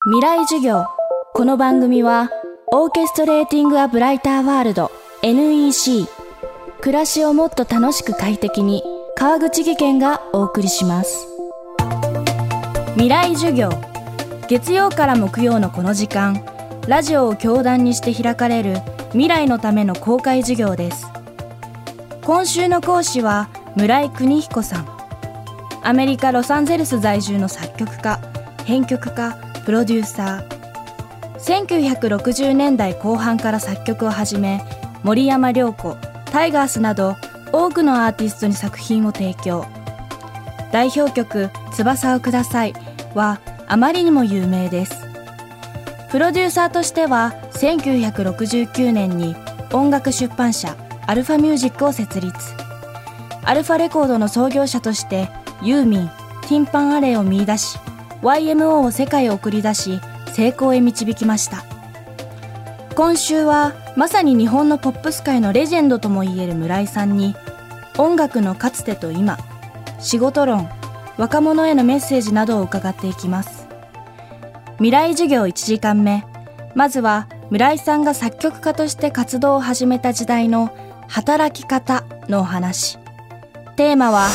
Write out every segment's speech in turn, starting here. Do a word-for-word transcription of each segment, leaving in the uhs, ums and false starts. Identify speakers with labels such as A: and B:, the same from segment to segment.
A: 未来授業。この番組はオーケストレーティングアブライターワールド エヌイーシー 暮らしをもっと楽しく快適に川口義賢がお送りします。未来授業。月曜から木曜のこの時間、ラジオを教壇にして開かれる未来のための公開授業です。今週の講師は村井邦彦さん。アメリカ・ロサンゼルス在住の作曲家、編曲家、プロデューサー。せんきゅうひゃくろくじゅうねんだいこう半から作曲を始め、森山良子、タイガースなど多くのアーティストに作品を提供。代表曲「翼をください」はあまりにも有名です。プロデューサーとしてはせんきゅうひゃくろくじゅうきゅうねんに音楽出版社アルファミュージックを設立。アルファレコードの創業者としてユーミン、ティンパンアレイを見出し、ワイエムオー を世界へ送り出し、成功へ導きました。今週はまさに日本のポップス界のレジェンドともいえる村井さんに、音楽のかつてと今、仕事論、若者へのメッセージなどを伺っていきます。未来授業いちじかんめ。まずは村井さんが作曲家として活動を始めた時代の働き方のお話。テーマは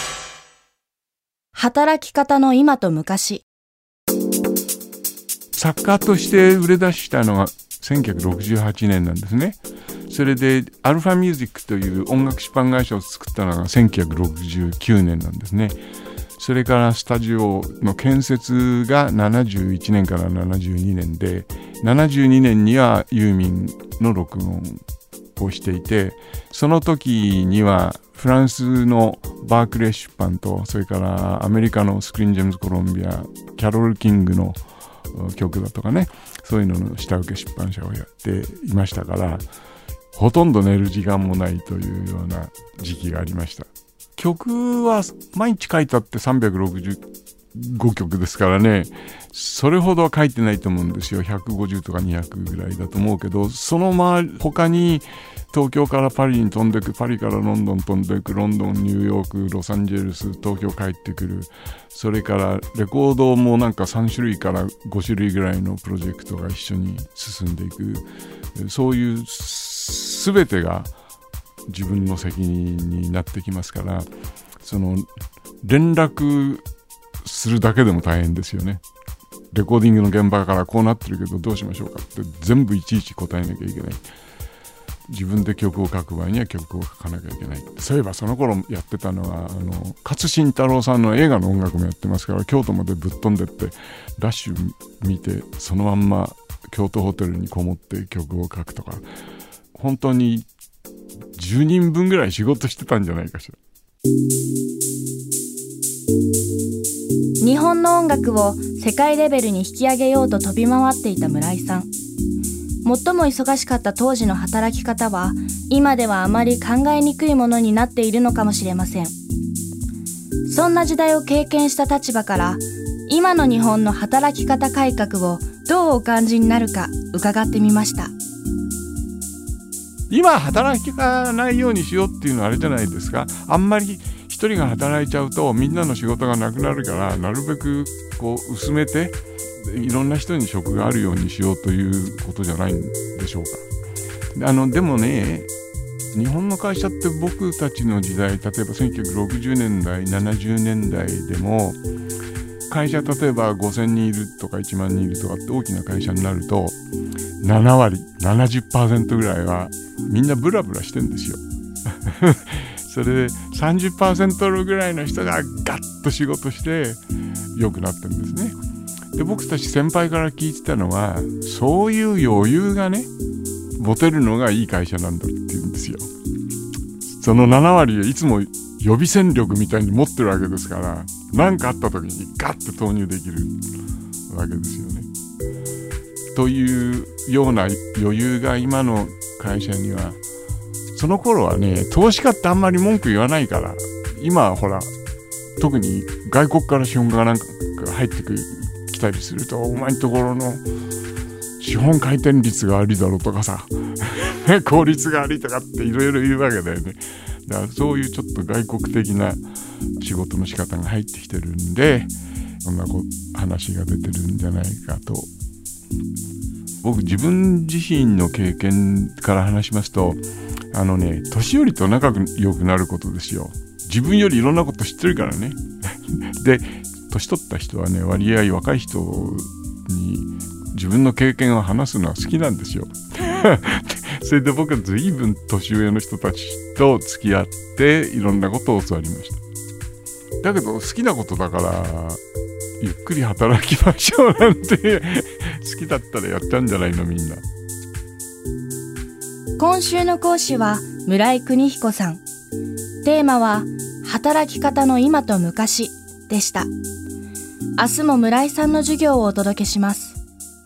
A: 働き方の今と昔。
B: 作家として売れ出したのがせんきゅうひゃくろくじゅうはちねんなんですね。それでアルファミュージックという音楽出版会社を作ったのがせんきゅうひゃくろくじゅうきゅうねんなんですね。それからスタジオの建設がななじゅういちねんからななじゅうにねんで、ななじゅうにねんにはユーミンの録音をしていて、その時にはフランスのバークレー出版と、それからアメリカのスクリーンジェームズ・コロンビア、キャロル・キングの曲だとかね、そういうのの下請け出版社をやっていましたから、ほとんど寝る時間もないというような時期がありました。曲は毎日書いたってさんびゃくろくじゅうごきょくですからね、それほどは書いてないと思うんですよ。ひゃくごじゅうとかにひゃくぐらいだと思うけど、その周り他に東京からパリに飛んでいく、パリからロンドン飛んでいく、ロンドン、ニューヨーク、ロサンゼルス、東京帰ってくる、それからレコードもなんかさんしゅるいからごしゅるいぐらいのプロジェクトが一緒に進んでいく、そういうすべてが自分の責任になってきますから、その連絡するだけでも大変ですよね。レコーディングの現場からこうなってるけどどうしましょうかって全部いちいち答えなきゃいけない。自分で曲を書く場合には曲を書かなきゃいけない。そういえばその頃やってたのはあの勝新太郎さんの映画の音楽もやってますから、京都までぶっ飛んでってラッシュ見て、そのまんま京都ホテルにこもって曲を書くとか、本当にじゅうにんぶんぐらい仕事してたんじゃないかしら。
A: 日本の音楽を世界レベルに引き上げようと飛び回っていた村井さん。最も忙しかった当時の働き方は、今ではあまり考えにくいものになっているのかもしれません。そんな時代を経験した立場から、今の日本の働き方改革をどうお感じになるか伺ってみました。
B: 今働かないようにしようっていうのはあれじゃないですか。あんまり一人が働いちゃうとみんなの仕事がなくなるから、なるべくこう薄めていろんな人に職があるようにしようということじゃないんでしょうか。あのでもね、日本の会社って僕たちの時代、例えばせんきゅうひゃくろくじゅうねんだい、ななじゅうねんだいでも会社、例えばごせんにんいるとかいちまんにんいるとかって大きな会社になるとななわり ななじゅっパーセント ぐらいはみんなブラブラしてんですよそれで さんじゅっパーセント ぐらいの人がガッと仕事して良くなってるんですね。で、僕たち先輩から聞いてたのは、そういう余裕がね持てるのがいい会社なんだって言うんですよ。そのななわりいつも予備戦力みたいに持ってるわけですから、何かあった時にガッと投入できるわけですよね。というような余裕が今の会社には、その頃はね、投資家ってあんまり文句言わないから、今はほら特に外国から資本がなんか入ってくる来たりすると、お前のところの資本回転率が悪いだろうとかさ効率が悪いとかっていろいろ言うわけだよね。だからそういうちょっと外国的な仕事の仕方が入ってきてるんで、 そんなこ話が出てるんじゃないかと。僕自分自身の経験から話しますと、あのね、年寄りと仲良くなることですよ。自分よりいろんなこと知ってるからね。で、年取った人はね、割合若い人に自分の経験を話すのは好きなんですよ。それで僕は随分年上の人たちと付き合っていろんなことを教わりました。だけど好きなことだからゆっくり働きましょうなんて好きだったらやっちゃうんじゃないのみんな。
A: 今週の講師は村井邦彦さん。テーマは働き方の今と昔でした。明日も村井さんの授業をお届けします。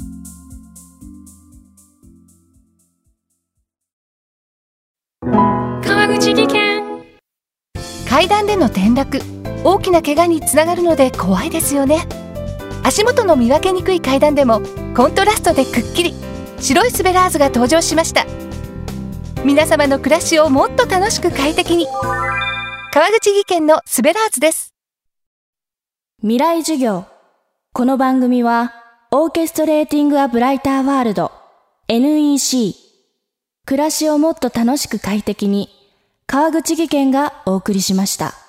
C: 川口技研。階段での転落、大きな怪我につながるので怖いですよね。足元の見分けにくい階段でもコントラストでくっきり白いスベラーズが登場しました。皆様の暮らしをもっと楽しく快適に、川口技研のスベラーズです。
A: 未来授業。この番組はオーケストレーティングアブライターワールド エヌイーシー 暮らしをもっと楽しく快適に川口技研がお送りしました。